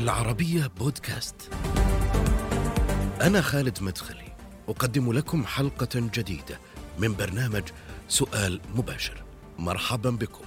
العربية بودكاست. أنا خالد مدخلي أقدم لكم حلقة جديدة من برنامج سؤال مباشر. مرحبا بكم.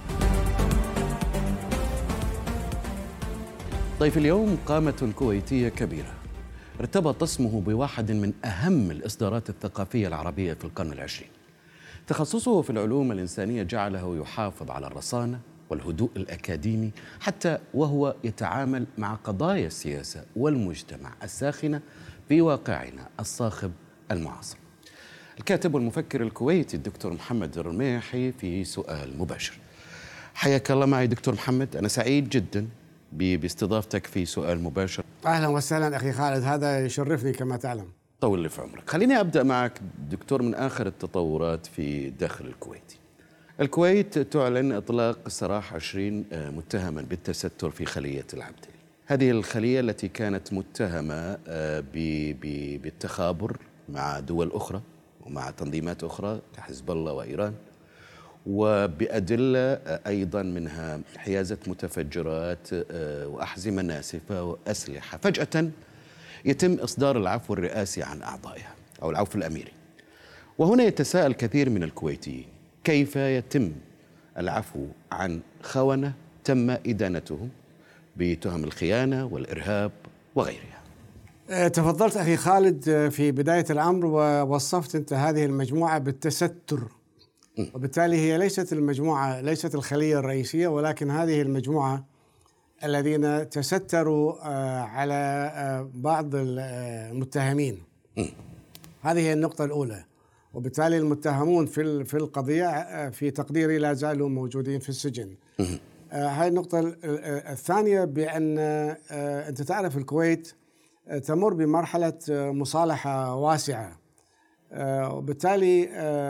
ضيف اليوم قامة كويتية كبيرة ارتبط اسمه بواحد من أهم الإصدارات الثقافية العربية في القرن العشرين. تخصصه في العلوم الإنسانية جعله يحافظ على الرصانة والهدوء الأكاديمي حتى وهو يتعامل مع قضايا السياسة والمجتمع الساخنة في واقعنا الصاخب المعاصر. الكاتب والمفكر الكويتي الدكتور محمد الرميحي في سؤال مباشر. حياك الله معي دكتور محمد، أنا سعيد جدا باستضافتك في سؤال مباشر. أهلا وسهلا أخي خالد، هذا يشرفني كما تعلم. طول لي في عمرك. خليني أبدأ معك دكتور من آخر التطورات في داخل الكويت. الكويت تعلن إطلاق سراح 20 متهما بالتستر في خلية العبدلي. هذه الخلية التي كانت متهمة بالتخابر مع دول أخرى ومع تنظيمات أخرى كحزب الله وإيران، وبأدلة أيضا منها حيازة متفجرات وأحزمة ناسفة وأسلحة. فجأة يتم إصدار العفو الرئاسي عن أعضائها أو العفو الأميري. وهنا يتساءل كثير من الكويتيين كيف يتم العفو عن خونة تم إدانتهم بتهم الخيانة والإرهاب وغيرها. تفضلت أخي خالد في بداية الأمر ووصفت أنت هذه المجموعة بالتستر، وبالتالي هي ليست الخلية الرئيسية، ولكن هذه المجموعة الذين تستروا على بعض المتهمين. هذه هي النقطة الأولى، وبالتالي المتهمون في القضية في تقديري لا زالوا موجودين في السجن. هاي النقطة الثانية، بأن أنت تعرف الكويت تمر بمرحلة مصالحة واسعة، وبالتالي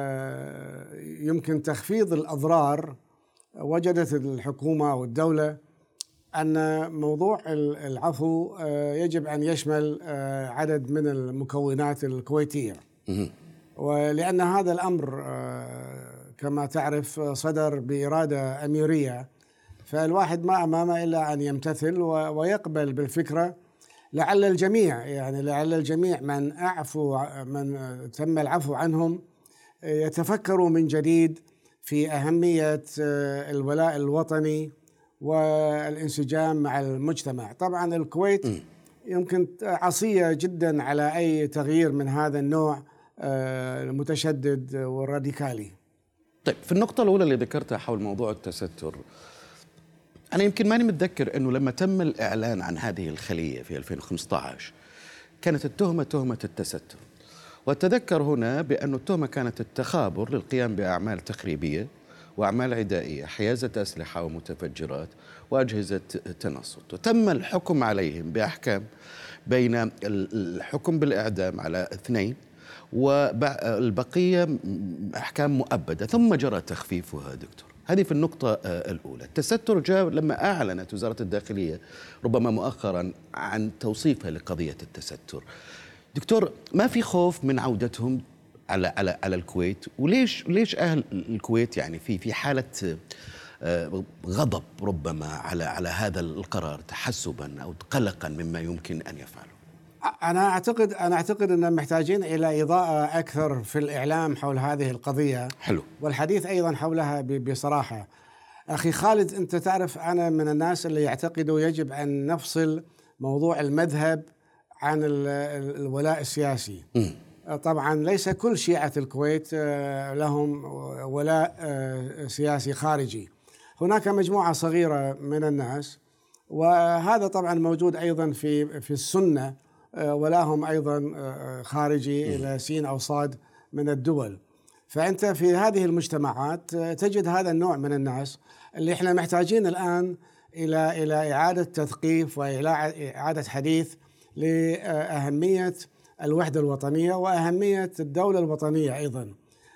يمكن تخفيض الأضرار. وجدت الحكومة والدولة أن موضوع العفو يجب أن يشمل عدد من المكونات الكويتية، ولأن هذا الأمر كما تعرف صدر بإرادة أميرية، فالواحد ما أمامه إلا أن يمتثل ويقبل بالفكرة. لعل الجميع من تم العفو عنهم يتفكروا من جديد في أهمية الولاء الوطني والانسجام مع المجتمع. طبعا الكويت يمكن عصية جدا على أي تغيير من هذا النوع المتشدد والراديكالي. طيب، في النقطة الأولى اللي ذكرتها حول موضوع التستر، أنا يمكن ماني متذكر أنه لما تم الإعلان عن هذه الخلية في 2015 كانت التهمة تهمة التستر، وأتذكر هنا بأن التهمة كانت التخابر للقيام بأعمال تخريبية وأعمال عدائية، حيازة أسلحة ومتفجرات وأجهزة تنصت، وتم الحكم عليهم بأحكام بين الحكم بالإعدام على 2 والبقية أحكام مؤبدة، ثم جرى تخفيفها. دكتور، هذه في النقطة الأولى. التستر جاء لما أعلنت وزارة الداخلية ربما مؤخرا عن توصيفها لقضية التستر. دكتور، ما في خوف من عودتهم على الكويت؟ وليش أهل الكويت يعني في حالة غضب ربما على هذا القرار، تحسبا أو قلقا مما يمكن أن يفعله؟ أنا أعتقد أن محتاجين إلى إضاءة أكثر في الإعلام حول هذه القضية. حلو. والحديث أيضا حولها بصراحة. أخي خالد، أنت تعرف أنا من الناس اللي يعتقدوا يجب أن نفصل موضوع المذهب عن الولاء السياسي. طبعا ليس كل شيعة الكويت لهم ولاء سياسي خارجي، هناك مجموعة صغيرة من الناس، وهذا طبعا موجود أيضا في السنة، ولهم أيضا خارجي إلى سين أو صاد من الدول. فأنت في هذه المجتمعات تجد هذا النوع من الناس اللي احنا محتاجين الآن إلى إعادة تثقيف وإلى إعادة حديث لأهمية الوحدة الوطنية وأهمية الدولة الوطنية أيضا.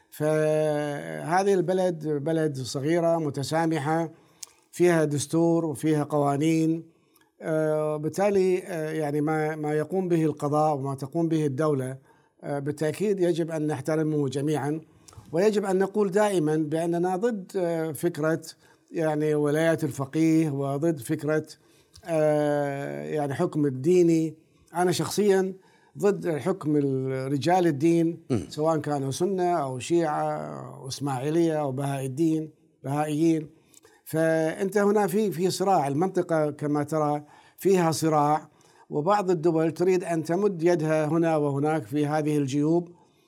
فهذه البلد بلد صغيرة متسامحة، فيها دستور وفيها قوانين، بالتالي يعني ما يقوم به القضاء وما تقوم به الدولة بالتأكيد يجب أن نحترمه جميعا. ويجب أن نقول دائما بأننا ضد فكرة يعني ولاية الفقيه، وضد فكرة يعني حكم الديني. أنا شخصيا ضد حكم رجال الدين سواء كانوا سنة أو شيعة أو إسماعيلية أو بهائيين. فأنت هنا في صراع، المنطقة كما ترى فيها صراع، وبعض الدول تريد أن تمد يدها هنا وهناك في هذه الجيوب،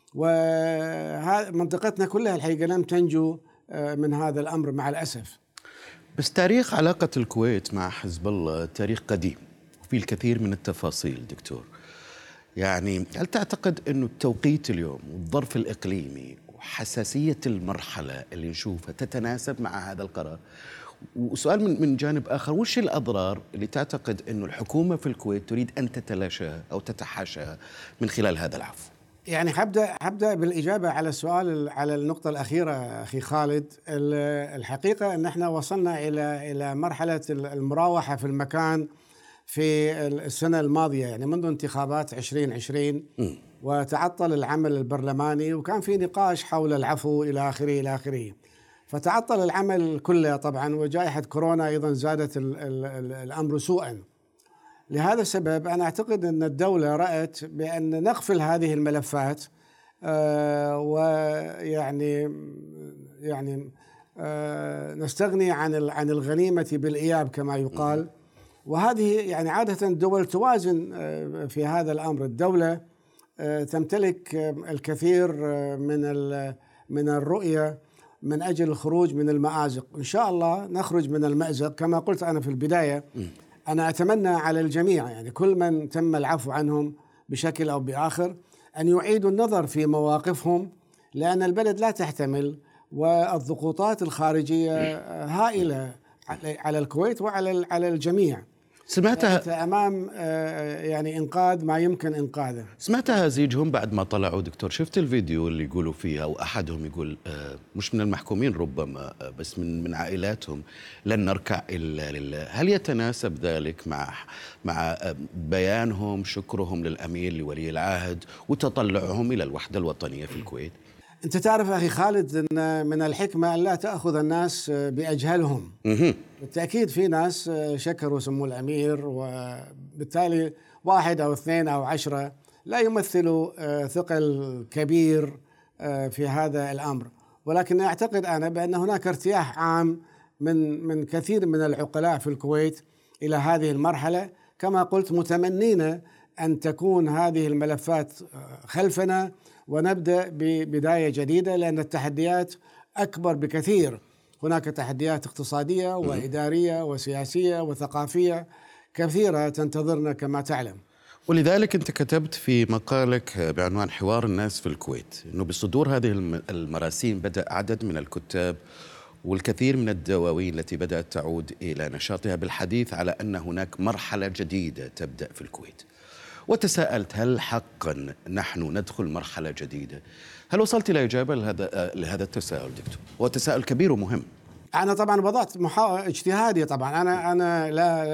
ومنطقتنا كلها الحقيقة لم تنجو من هذا الأمر مع الأسف. بس تاريخ علاقة الكويت مع حزب الله تاريخ قديم وفي الكثير من التفاصيل دكتور. يعني هل تعتقد أنه التوقيت اليوم والظرف الإقليمي وحساسية المرحلة اللي نشوفها تتناسب مع هذا القرار؟ وسؤال من جانب آخر، وش الأضرار اللي تعتقد أنه الحكومة في الكويت تريد أن تتلاشاها أو تتحاشاها من خلال هذا العفو؟ يعني حبدأ بالإجابة على السؤال، على النقطة الأخيرة أخي خالد. الحقيقة أن احنا وصلنا إلى مرحلة المراوحة في المكان في السنة الماضية، يعني منذ انتخابات 2020 وتعطل العمل البرلماني، وكان في نقاش حول العفو إلى آخره. فتعطل العمل كله طبعا، وجائحة كورونا أيضا زادت الأمر سوءا. لهذا السبب أنا أعتقد أن الدولة رأت بأن نقفل هذه الملفات، ويعني نستغني عن الغنيمة بالإياب كما يقال. وهذه يعني عادة الدول توازن في هذا الأمر. الدولة تمتلك الكثير من الرؤية من أجل الخروج من المأزق. إن شاء الله نخرج من المأزق. كما قلت أنا في البداية، أنا أتمنى على الجميع، يعني كل من تم العفو عنهم بشكل أو بآخر، أن يعيدوا النظر في مواقفهم، لأن البلد لا تحتمل، والضغوطات الخارجية هائلة على الكويت وعلى الجميع. سمعتها أمام يعني إنقاذ ما يمكن إنقاذه. سمعتها هزيجهم بعد ما طلعوا دكتور، شفت الفيديو اللي يقولوا فيها، وأحدهم يقول مش من المحكومين ربما بس من عائلاتهم، لن نركع إلا لله. هل يتناسب ذلك مع بيانهم شكرهم للأمير لولي العهد وتطلعهم إلى الوحدة الوطنية في الكويت؟ أنت تعرف أخي خالد أن من الحكمة أن لا تأخذ الناس بأجهلهم. بالتأكيد في ناس شكروا سمو الأمير، وبالتالي 1 أو 2 أو 10 لا يمثلوا ثقل كبير في هذا الأمر. ولكن أعتقد أنا بأن هناك ارتياح عام من كثير من العقلاء في الكويت إلى هذه المرحلة. كما قلت متمنين أن تكون هذه الملفات خلفنا ونبدأ ببداية جديدة، لأن التحديات أكبر بكثير. هناك تحديات اقتصادية وإدارية وسياسية وثقافية كثيرة تنتظرنا كما تعلم. ولذلك أنت كتبت في مقالك بعنوان حوار الناس في الكويت أنه بصدور هذه المراسيم بدأ عدد من الكتاب والكثير من الدواوين التي بدأت تعود إلى نشاطها بالحديث على أن هناك مرحلة جديدة تبدأ في الكويت. وتساءلت هل حقا نحن ندخل مرحلة جديدة؟ هل وصلت إلى إجابة لهذا التساؤل دكتور؟ هو تساؤل كبير ومهم. أنا طبعا وضعت اجتهادي. طبعا أنا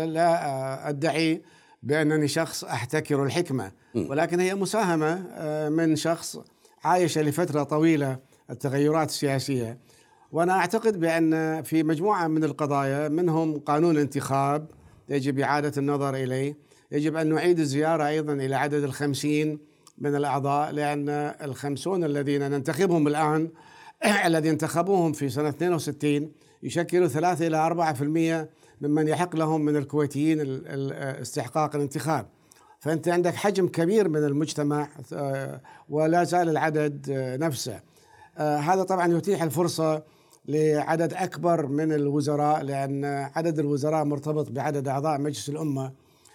لا أدعي بأنني شخص أحتكر الحكمة، ولكن هي مساهمة من شخص عايش لفترة طويلة التغيرات السياسية. وأنا أعتقد بأن في مجموعة من القضايا، منهم قانون الانتخاب يجب إعادة النظر إليه، يجب أن نعيد الزيارة أيضا إلى عدد 50 من الأعضاء، لأن 50 الذين ننتخبهم الآن الذين انتخبوهم في سنة 62 يشكلوا 3 إلى 4% ممن يحق لهم من الكويتيين استحقاق الانتخاب. فأنت عندك حجم كبير من المجتمع ولا زال العدد نفسه. هذا طبعا يتيح الفرصة لعدد أكبر من الوزراء، لأن عدد الوزراء مرتبط بعدد أعضاء مجلس الأمة،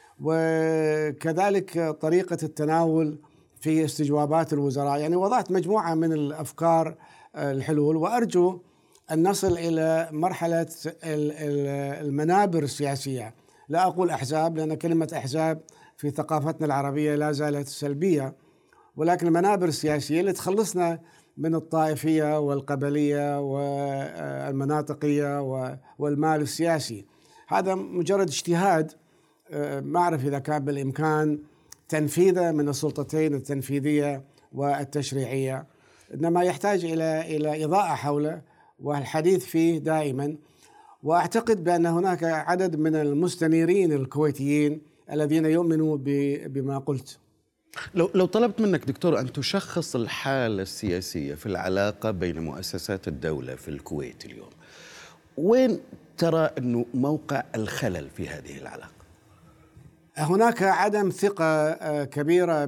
وكذلك طريقة التناول في استجوابات الوزراء. يعني وضعت مجموعة من الأفكار الحلول، وأرجو أن نصل إلى مرحلة المنابر السياسية. لا أقول أحزاب، لأن كلمة أحزاب في ثقافتنا العربية لا زالت سلبية، ولكن المنابر السياسية اللي تخلصنا من الطائفية والقبلية والمناطقية والمال السياسي. هذا مجرد اجتهاد، ما أعرف إذا كان بالإمكان تنفيذه من السلطتين التنفيذية والتشريعية، إنما يحتاج إلى إضاءة حوله والحديث فيه دائما. وأعتقد بأن هناك عدد من المستنيرين الكويتيين الذين يؤمنوا بما قلت. لو طلبت منك دكتور أن تشخص الحالة السياسية في العلاقة بين مؤسسات الدولة في الكويت اليوم، وين ترى أنه موقع الخلل في هذه العلاقة؟ هناك عدم ثقة كبيرة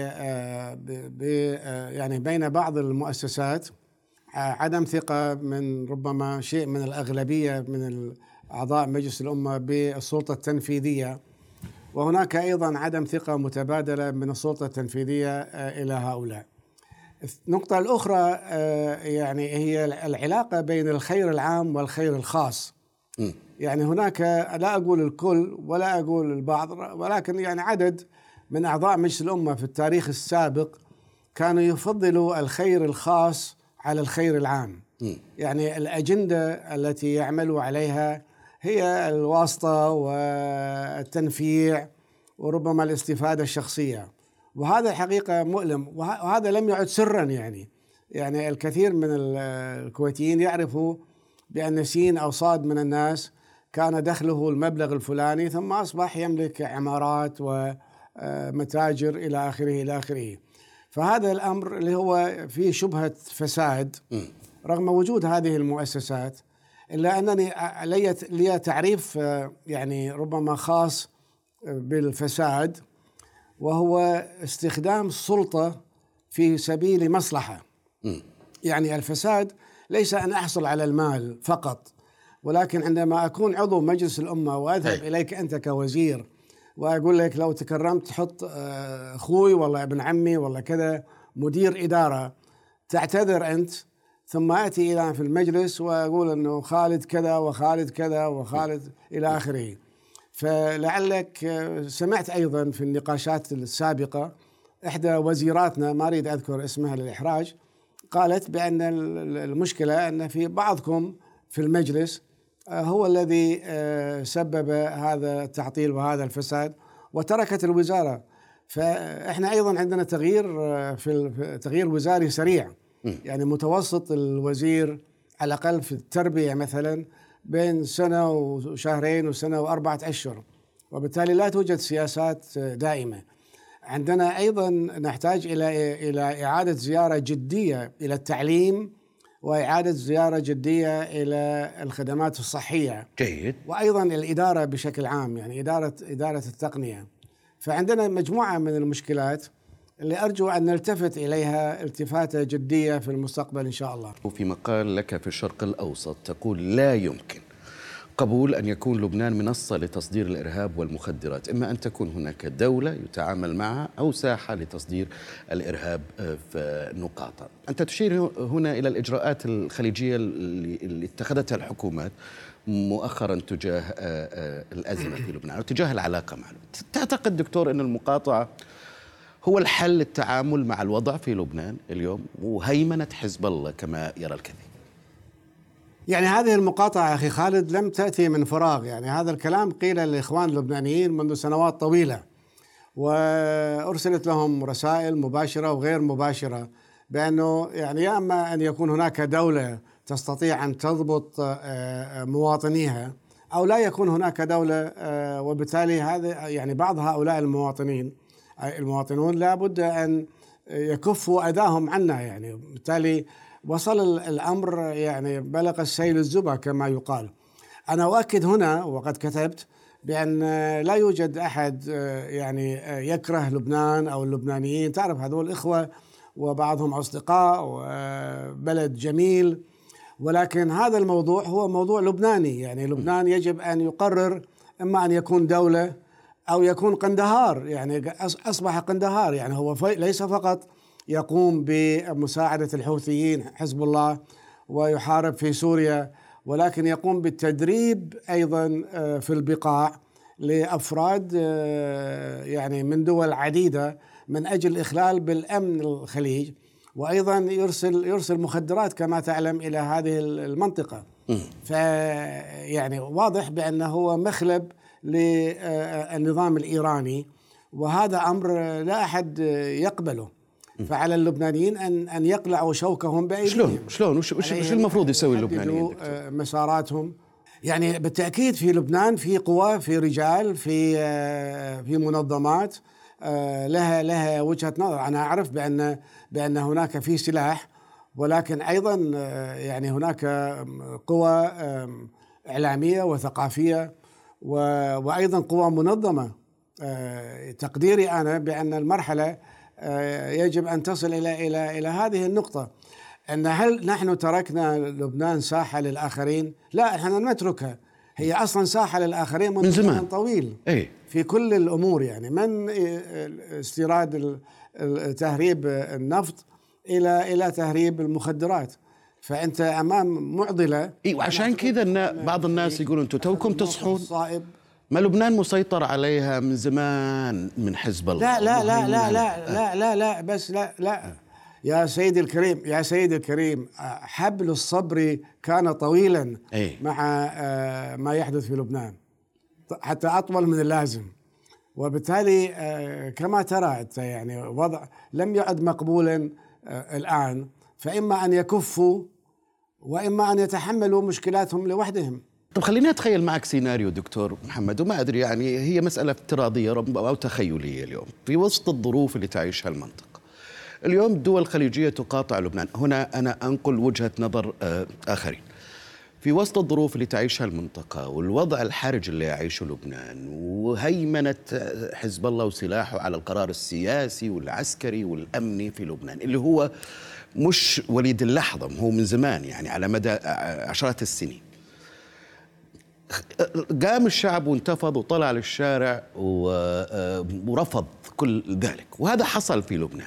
يعني بين بعض المؤسسات، عدم ثقة من ربما شيء من الأغلبية من أعضاء مجلس الأمة بالسلطة التنفيذية، وهناك أيضا عدم ثقة متبادلة من السلطة التنفيذية إلى هؤلاء. النقطة الأخرى يعني هي العلاقة بين الخير العام والخير الخاص. يعني هناك، لا أقول الكل ولا أقول البعض، ولكن يعني عدد من أعضاء مجلس الأمة في التاريخ السابق كانوا يفضلوا الخير الخاص على الخير العام. يعني الأجندة التي يعملوا عليها هي الواسطة والتنفيع وربما الاستفادة الشخصية، وهذا الحقيقة مؤلم، وهذا لم يعد سرا. يعني الكثير من الكويتيين يعرفوا بأن سين أو صاد من الناس كان دخله المبلغ الفلاني ثم أصبح يملك عمارات ومتاجر إلى آخره إلى آخره. فهذا الأمر اللي هو فيه شبهة فساد رغم وجود هذه المؤسسات، إلا أنني لي تعريف يعني ربما خاص بالفساد، وهو استخدام السلطة في سبيل مصلحة. يعني الفساد ليس أن أحصل على المال فقط، ولكن عندما أكون عضو مجلس الأمة وأذهب إليك أنت كوزير وأقول لك لو تكرمت تحط أخوي والله ابن عمي والله كذا مدير إدارة، تعتذر أنت، ثم أتي إلى في المجلس وأقول أنه خالد كذا وخالد كذا وخالد إلى آخره. فلعلك سمعت أيضا في النقاشات السابقة إحدى وزيراتنا، ما أريد أذكر اسمها للإحراج، قالت بأن المشكلة أن في بعضكم في المجلس هو الذي سبب هذا التعطيل وهذا الفساد وتركت الوزارة. فإحنا أيضا عندنا تغيير وزاري سريع، يعني متوسط الوزير على الأقل في التربية مثلا بين سنة وشهرين وسنة وأربعة أشهر، وبالتالي لا توجد سياسات دائمة. عندنا أيضا نحتاج إلى إعادة زيارة جدية إلى التعليم، وإعادة زيارة جدية إلى الخدمات الصحية. جيد. وأيضا الإدارة بشكل عام، يعني إدارة التقنية. فعندنا مجموعة من المشكلات اللي أرجو أن نلتفت إليها التفاتة جدية في المستقبل إن شاء الله. وفي مقال لك في الشرق الأوسط تقول لا يمكن قبول أن يكون لبنان منصة لتصدير الإرهاب والمخدرات، إما أن تكون هناك دولة يتعامل معها أو ساحة لتصدير الإرهاب في نقاطة. أنت تشير هنا إلى الإجراءات الخليجية اللي اتخذتها الحكومات مؤخرا تجاه الأزمة في لبنان وتجاه العلاقة مع لبنان. تعتقد دكتور أن المقاطعة هو الحل للتعامل مع الوضع في لبنان اليوم وهيمنة حزب الله كما يرى الكثير؟ يعني هذه المقاطعة أخي خالد لم تأتي من فراغ، يعني هذا الكلام قيل للإخوان اللبنانيين منذ سنوات طويلة، وأرسلت لهم رسائل مباشرة وغير مباشرة بأنه يعني يا أما أن يكون هناك دولة تستطيع أن تضبط مواطنيها، أو لا يكون هناك دولة، وبالتالي هذا يعني بعض هؤلاء المواطنون لا بد أن يكفوا أذاهم عنا. يعني بالتالي وصل الأمر يعني بلغ السيل الزبا كما يقال. أنا أؤكد هنا وقد كتبت بأن لا يوجد أحد يعني يكره لبنان أو اللبنانيين، تعرف هذول إخوة وبعضهم أصدقاء وبلد جميل، ولكن هذا الموضوع هو موضوع لبناني. يعني لبنان يجب أن يقرر إما أن يكون دولة أو يكون قندهار، يعني أصبح قندهار. يعني هو ليس فقط يقوم بمساعدة الحوثيين حزب الله ويحارب في سوريا، ولكن يقوم بالتدريب أيضا في البقاع لأفراد يعني من دول عديدة من أجل الإخلال بالأمن الخليج، وأيضا يرسل مخدرات كما تعلم إلى هذه المنطقة. فيعني واضح بأنه هو مخلب للنظام الإيراني، وهذا أمر لا أحد يقبله. فعلى اللبنانيين أن يقلعوا شوكهم بأيديهم. شلون وش المفروض يسوي اللبنانيين؟ مساراتهم. يعني بالتأكيد في لبنان في قوى، في رجال، في منظمات لها وجهة نظر. أنا أعرف بأن هناك في سلاح، ولكن أيضا يعني هناك قوى إعلامية وثقافية وأيضا قوى منظمة. تقديري أنا بأن المرحلة يجب أن تصل إلى هذه النقطة، أن هل نحن تركنا لبنان ساحة للآخرين؟ لا، احنا نتركها، هي أصلا ساحة للآخرين من زمان طويل في كل الأمور، يعني من استيراد تهريب النفط إلى تهريب المخدرات. فأنت أمام معضلة. وعشان كذا بعض الناس يقولون أنتم توكم تصحون، ما لبنان مسيطر عليها من زمان من حزب الله. لا لا لا لا لا لا لا بس لا يا سيدي الكريم، حبل الصبر كان طويلا مع ما يحدث في لبنان، حتى أطول من اللازم. وبالتالي كما ترى أنت يعني وضع لم يعد مقبولا الآن، فإما أن يكفوا وإما أن يتحملوا مشكلاتهم لوحدهم. طب خليني أتخيل معك سيناريو دكتور محمد، وما أدري يعني هي مسألة افتراضية أو تخيلية. اليوم في وسط الظروف اللي تعيشها المنطقة اليوم، الدول الخليجية تقاطع لبنان. هنا أنا أنقل وجهة نظر آخرين. في وسط الظروف اللي تعيشها المنطقة والوضع الحرج اللي يعيشه لبنان وهيمنة حزب الله وسلاحه على القرار السياسي والعسكري والأمني في لبنان، اللي هو مش وليد اللحظة، هو من زمان يعني على مدى عشرات السنين. قام الشعب وانتفض وطلع للشارع ورفض كل ذلك، وهذا حصل في لبنان.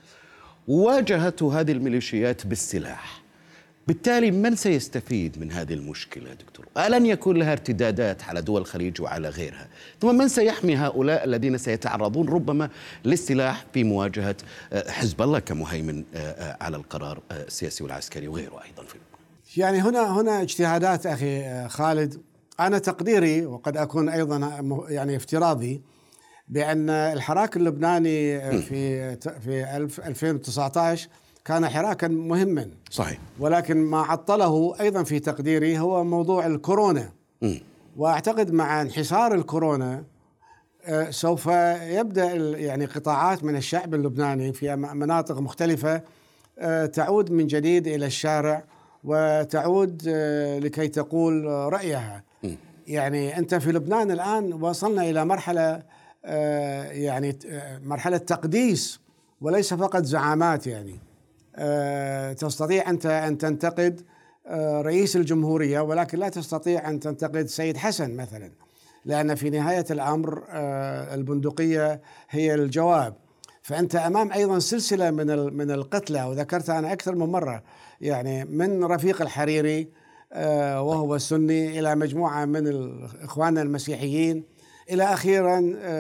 وواجهته هذه الميليشيات بالسلاح. بالتالي من سيستفيد من هذه المشكلة دكتور؟ ألن يكون لها ارتدادات على دول الخليج وعلى غيرها؟ ثم من سيحمي هؤلاء الذين سيتعرضون ربما للسلاح في مواجهة حزب الله كمهيمن على القرار السياسي والعسكري وغيره أيضا في لبنان؟ يعني هنا اجتهادات أخي خالد. أنا تقديري، وقد أكون أيضا يعني افتراضي، بأن الحراك اللبناني في 2019 كان حراكا مهما صحيح، ولكن ما عطله أيضا في تقديري هو موضوع الكورونا. وأعتقد مع انحسار الكورونا سوف يبدأ يعني قطاعات من الشعب اللبناني في مناطق مختلفة تعود من جديد إلى الشارع وتعود لكي تقول رأيها. يعني أنت في لبنان الآن وصلنا إلى مرحلة يعني مرحلة تقديس وليس فقط زعامات. يعني تستطيع أنت أن تنتقد رئيس الجمهورية، ولكن لا تستطيع أن تنتقد سيد حسن مثلا، لأن في نهاية الأمر البندقية هي الجواب. فأنت أمام أيضا سلسلة من القتلى، وذكرت أنا أكثر من مرة، يعني من رفيق الحريري وهو السني إلى مجموعة من إخواننا المسيحيين إلى أخيرا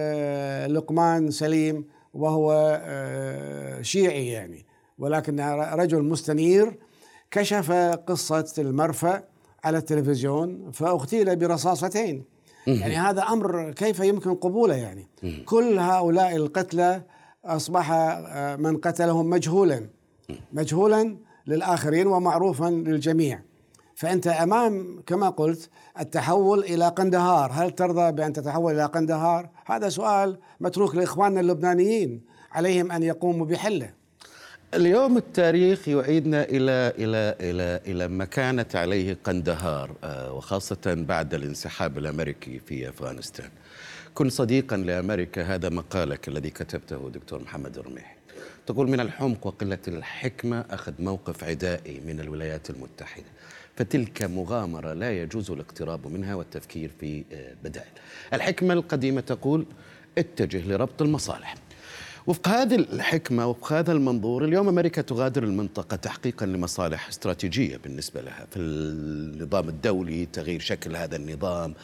لقمان سليم وهو شيعي يعني، ولكن رجل مستنير كشف قصة المرفأ على التلفزيون فاغتيل برصاصتين. يعني هذا أمر كيف يمكن قبوله؟ يعني كل هؤلاء القتلى أصبح من قتلهم مجهولا للآخرين ومعروفا للجميع. فأنت أمام كما قلت التحول إلى قندهار. هل ترضى بأن تتحول إلى قندهار؟ هذا سؤال متروك لإخواننا اللبنانيين، عليهم أن يقوموا بحله. اليوم التاريخ يعيدنا إلى ما كانت عليه قندهار، وخاصة بعد الانسحاب الأمريكي في أفغانستان. كن صديقا لأمريكا، هذا مقالك الذي كتبته دكتور محمد الرميحي. تقول: من الحمق وقلة الحكمة أخذ موقف عدائي من الولايات المتحدة، فتلك مغامرة لا يجوز الاقتراب منها والتفكير في بدائل. الحكمة القديمة تقول: اتجه لربط المصالح. وفق هذه الحكمة وفق هذا المنظور، اليوم أمريكا تغادر المنطقة تحقيقا لمصالح استراتيجية بالنسبة لها في النظام الدولي، تغيير شكل هذا النظام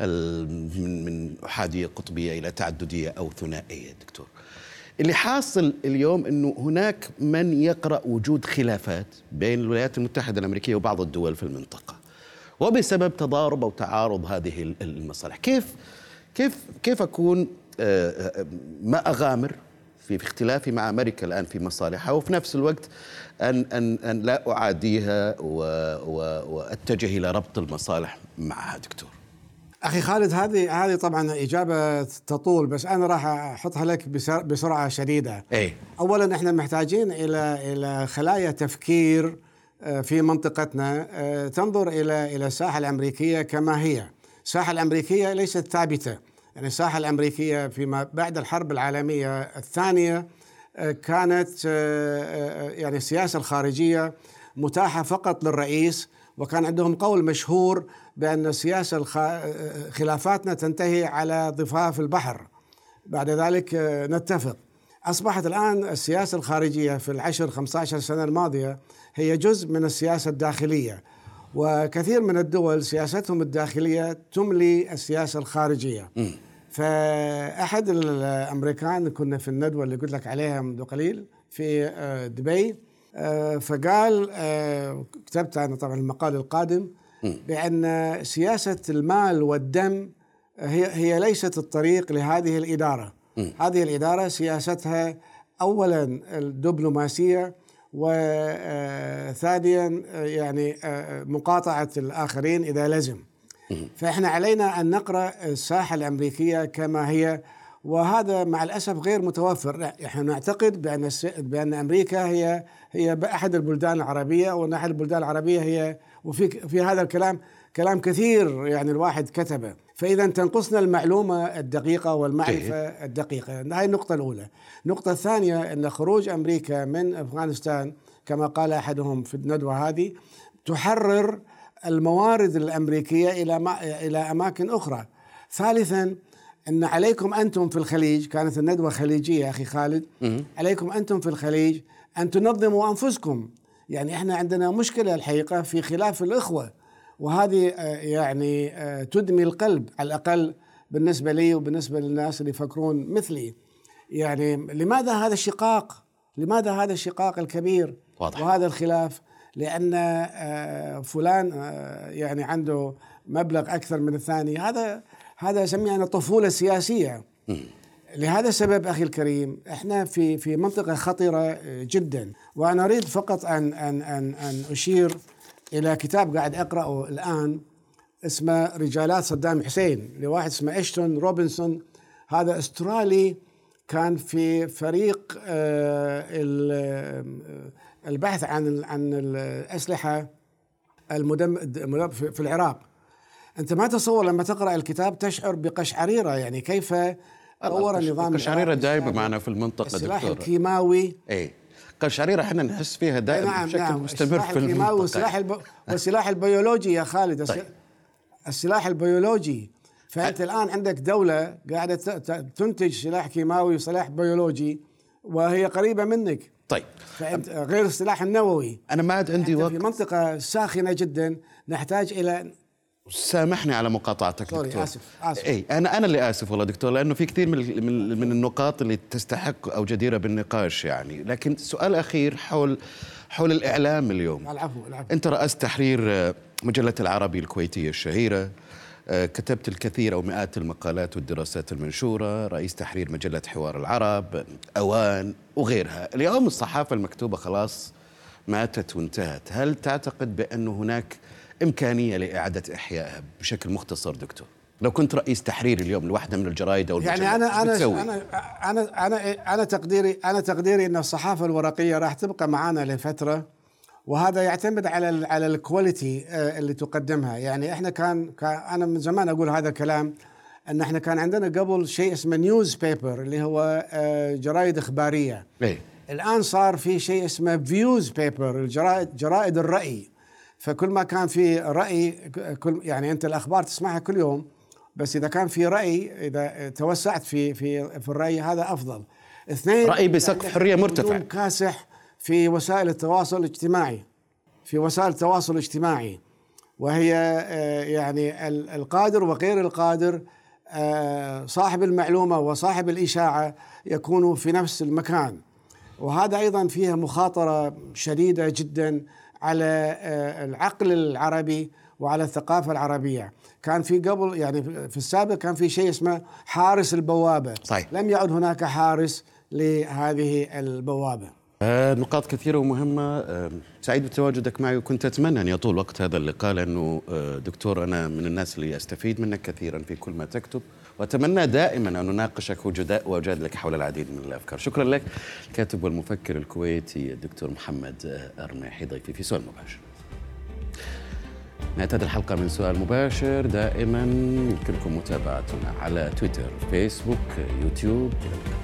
من أحادية قطبية إلى تعددية أو ثنائية. دكتور، اللي حاصل اليوم أنه هناك من يقرأ وجود خلافات بين الولايات المتحدة الأمريكية وبعض الدول في المنطقة، وبسبب تضارب أو تعارض هذه المصالح. كيف أكون ما أغامر في اختلافي مع أمريكا الآن في مصالحها، وفي نفس الوقت أن لا أعاديها وأتجه إلى ربط المصالح معها دكتور؟ أخي خالد، هذه طبعا إجابة تطول، بس أنا راح أحطها لك بسرعة شديدة. أولا إحنا محتاجين إلى خلايا تفكير في منطقتنا تنظر إلى الساحة الأمريكية كما هي. الساحة الأمريكية ليست ثابتة، يعني الساحة الأمريكية فيما بعد الحرب العالمية الثانية كانت يعني السياسة الخارجية متاحة فقط للرئيس، وكان عندهم قول مشهور بأن السياسة خلافاتنا تنتهي على ضفاف البحر، بعد ذلك نتفق. أصبحت الآن السياسة الخارجية في 10-15 سنة الماضية هي جزء من السياسة الداخلية، وكثير من الدول سياستهم الداخلية تملي السياسة الخارجية. فأحد الأمريكان، كنا في الندوة اللي قلت لك عليها منذ قليل في دبي، فقال، كتبت أنا طبعا المقال القادم، بأن سياسة المال والدم هي ليست الطريق لهذه الإدارة. هذه الإدارة سياستها أولا الدبلوماسية، وثانيا يعني مقاطعة الآخرين إذا لزم. فإحنا علينا أن نقرأ الساحة الأمريكية كما هي، وهذا مع الأسف غير متوفر. إحنا نعتقد بأن أمريكا هي أحد البلدان العربية، وأن أحد البلدان العربية هي، وفي هذا الكلام كلام كثير يعني الواحد كتبه. فإذا تنقصنا المعلومة الدقيقة والمعرفة الدقيقة. هذه النقطة الأولى. النقطة الثانية أن خروج أمريكا من أفغانستان كما قال أحدهم في الندوة هذه تحرر الموارد الأمريكية إلى أماكن أخرى. ثالثا أن عليكم أنتم في الخليج، كانت الندوة خليجية أخي خالد، عليكم أنتم في الخليج أن تنظموا أنفسكم. يعني إحنا عندنا مشكلة الحقيقة في خلاف الإخوة، وهذه يعني تدمي القلب، على الأقل بالنسبة لي وبالنسبة للناس اللي يفكرون مثلي. يعني لماذا هذا الشقاق؟ لماذا هذا الشقاق الكبير واضح. وهذا الخلاف؟ لأن فلان يعني عنده مبلغ أكثر من الثاني. هذا أسميه أنا طفولة سياسية. لهذا السبب أخي الكريم احنا في منطقة خطرة جدا. وأنا أريد فقط أن أشير إلى كتاب قاعد أقرأه الآن اسمه رجالات صدام حسين، لواحد اسمه أشتون روبنسون. هذا أسترالي، كان في فريق البحث عن الأسلحة المدمرة في العراق. أنت ما تصور لما تقرأ الكتاب تشعر بقشعريرة، يعني كيف طور النظام. قشعريرة دائما معنا في المنطقة السلاح الكيماوي. قشعريرة احنا نحس فيها دائما بشكل مستمر في المنطقة. والسلاح البيولوجي يا خالد، السلاح البيولوجي. فأنت الآن عندك دولة قاعدة تنتج سلاح كيماوي وسلاح بيولوجي وهي قريبة منك. طيب، فأنت غير السلاح النووي. أنا ما عاد عندي وقت. في منطقة ساخنة جدا نحتاج إلى. سامحني على مقاطعتك دكتور. آسف. أنا اللي آسف والله دكتور، لأنه في كثير من النقاط اللي تستحق أو جديرة بالنقاش يعني. لكن سؤال أخير حول الإعلام اليوم. العفو. أنت رأست تحرير مجلة العربي الكويتية الشهيرة، كتبت الكثير أو مئات المقالات والدراسات المنشورة، رئيس تحرير مجلة حوار العرب، أوان وغيرها. اليوم الصحافة المكتوبة خلاص ماتت وانتهت. هل تعتقد بأن هناك إمكانية لإعادة إحيائها بشكل مختصر دكتور؟ لو كنت رئيس تحرير اليوم لواحدة من الجرائد أو المجلات، يعني أنا تقديري أن الصحافة الورقية راح تبقى معنا لفترة، وهذا يعتمد على الكواليتي اللي تقدمها. يعني احنا أنا من زمان أقول هذا الكلام، أن احنا كان عندنا قبل شيء اسمه نيوز بيبر اللي هو جرائد إخبارية. الآن صار في شيء اسمه فيوز بيبر، جرائد الرأي. فكل ما كان في رأي، يعني أنت الأخبار تسمعها كل يوم، بس إذا كان في رأي، إذا توسعت في الرأي هذا أفضل. اثنين، رأي بسقف حرية مرتفع كاسح في وسائل التواصل الاجتماعي، وهي يعني القادر وغير القادر، صاحب المعلومة وصاحب الإشاعة يكونوا في نفس المكان. وهذا أيضا فيها مخاطرة شديدة جدا على العقل العربي وعلى الثقافة العربية. كان في قبل، يعني في السابق كان في شيء اسمه حارس البوابة. صحيح. لم يعد هناك حارس، لهذه البوابة. نقاط كثيرة ومهمة. سعيد بتواجدك معي، وكنت أتمنى أن يطول وقت هذا اللقاء، لأنه دكتور أنا من الناس اللي أستفيد منك كثيرا في كل ما تكتب، وأتمنى دائما أن نناقشك وأجادلك حول العديد من الأفكار. شكرا لك. الكاتب والمفكر الكويتي الدكتور محمد أرماحي ضيفي في سؤال مباشر. نهاية هذه الحلقة من سؤال مباشر. دائما يمكنكم متابعتنا على تويتر، فيسبوك، يوتيوب.